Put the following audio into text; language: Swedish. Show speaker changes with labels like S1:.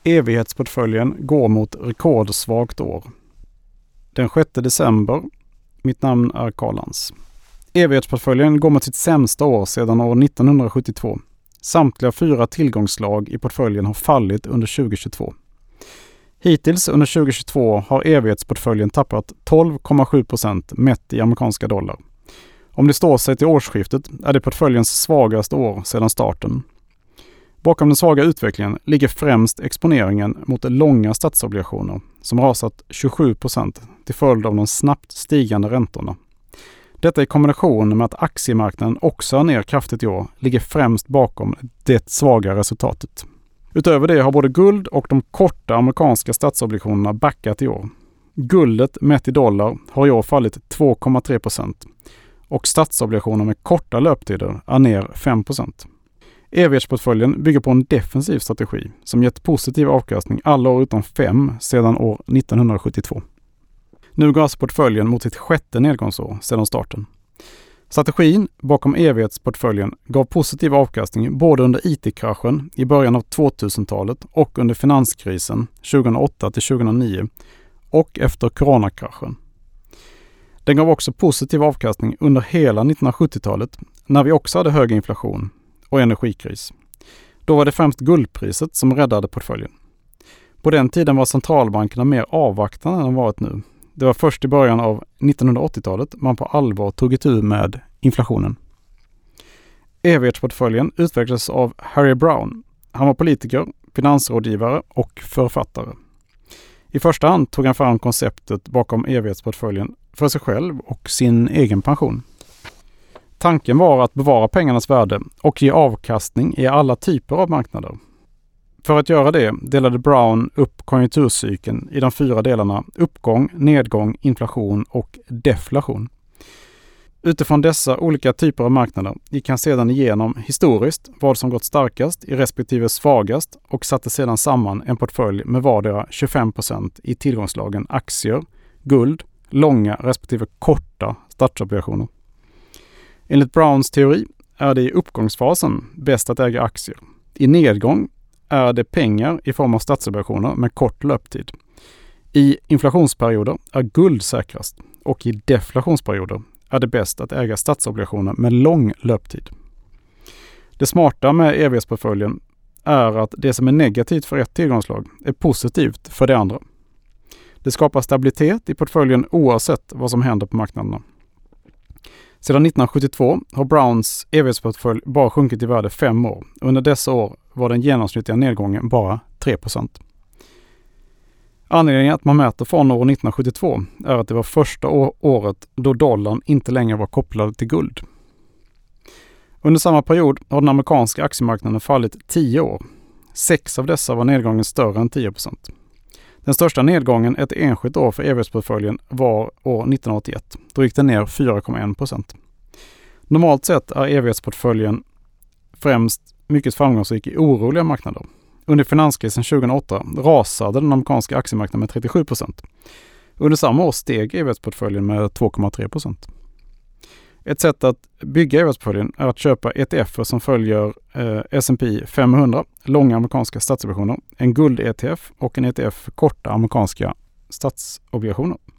S1: Evighetsportföljen går mot rekordsvagt år. Den 6 december. Mitt namn är Karl Lantz. Evighetsportföljen går mot sitt sämsta år sedan år 1972. Samtliga 4 tillgångslag i portföljen har fallit under 2022. Hittills under 2022 har evighetsportföljen tappat 12,7% mätt i amerikanska dollar. Om det står sig till årsskiftet är det portföljens svagaste år sedan starten. Bakom den svaga utvecklingen ligger främst exponeringen mot långa statsobligationer som rasat 27% till följd av de snabbt stigande räntorna. Detta i kombination med att aktiemarknaden också är ner kraftigt i år ligger främst bakom det svaga resultatet. Utöver det har både guld och de korta amerikanska statsobligationerna backat i år. Guldet mätt i dollar har i år fallit 2,3% och statsobligationer med korta löptider är ner 5%. Evighetsportföljen bygger på en defensiv strategi som gett positiv avkastning alla år utom 5 sedan år 1972. Nu går alltså portföljen mot sitt 6:e nedgångsår sedan starten. Strategin bakom evighetsportföljen gav positiv avkastning både under IT-kraschen i början av 2000-talet och under finanskrisen 2008-2009 och efter coronakraschen. Den gav också positiv avkastning under hela 1970-talet när vi också hade hög inflation och energikris. Då var det främst guldpriset som räddade portföljen. På den tiden var centralbankerna mer avvaktande än de varit nu. Det var först i början av 1980-talet man på allvar tog itu med inflationen. Evighetsportföljen utvecklades av Harry Browne. Han var politiker, finansrådgivare och författare. I första hand tog han fram konceptet bakom evighetsportföljen för sig själv och sin egen pension. Tanken var att bevara pengarnas värde och ge avkastning i alla typer av marknader. För att göra det delade Browne upp konjunkturcykeln i de 4 delarna uppgång, nedgång, inflation och deflation. Utifrån dessa olika typer av marknader gick han sedan igenom historiskt vad som gått starkast i respektive svagast och satte sedan samman en portfölj med vardera 25% i tillgångslagen aktier, guld, långa respektive korta statsobligationer. Enligt Brownes teori är det i uppgångsfasen bäst att äga aktier. I nedgång är det pengar i form av statsobligationer med kort löptid. I inflationsperioder är guld säkrast och i deflationsperioder är det bäst att äga statsobligationer med lång löptid. Det smarta med evighetsportföljen är att det som är negativt för ett tillgångslag är positivt för det andra. Det skapar stabilitet i portföljen oavsett vad som händer på marknaderna. Sedan 1972 har Brownes evighetsportfölj bara sjunkit i värde 5 år. Under dessa år var den genomsnittliga nedgången bara 3%. Anledningen att man mäter från år 1972 är att det var första året då dollarn inte längre var kopplad till guld. Under samma period har den amerikanska aktiemarknaden fallit 10 år. 6 av dessa var nedgången större än 10%. Den största nedgången ett enskilt år för evighetsportföljen var år 1981. Då gick den ner 4,1%. Normalt sett är evighetsportföljen främst mycket framgångsrik i oroliga marknader. Under finanskrisen 2008 rasade den amerikanska aktiemarknaden med 37%. Under samma år steg evighetsportföljen med 2,3%. Ett sätt att bygga evighetsportföljen är att köpa ETFer som följer S&P 500, långa amerikanska statsobligationer, en guld-ETF och en ETF för korta amerikanska statsobligationer.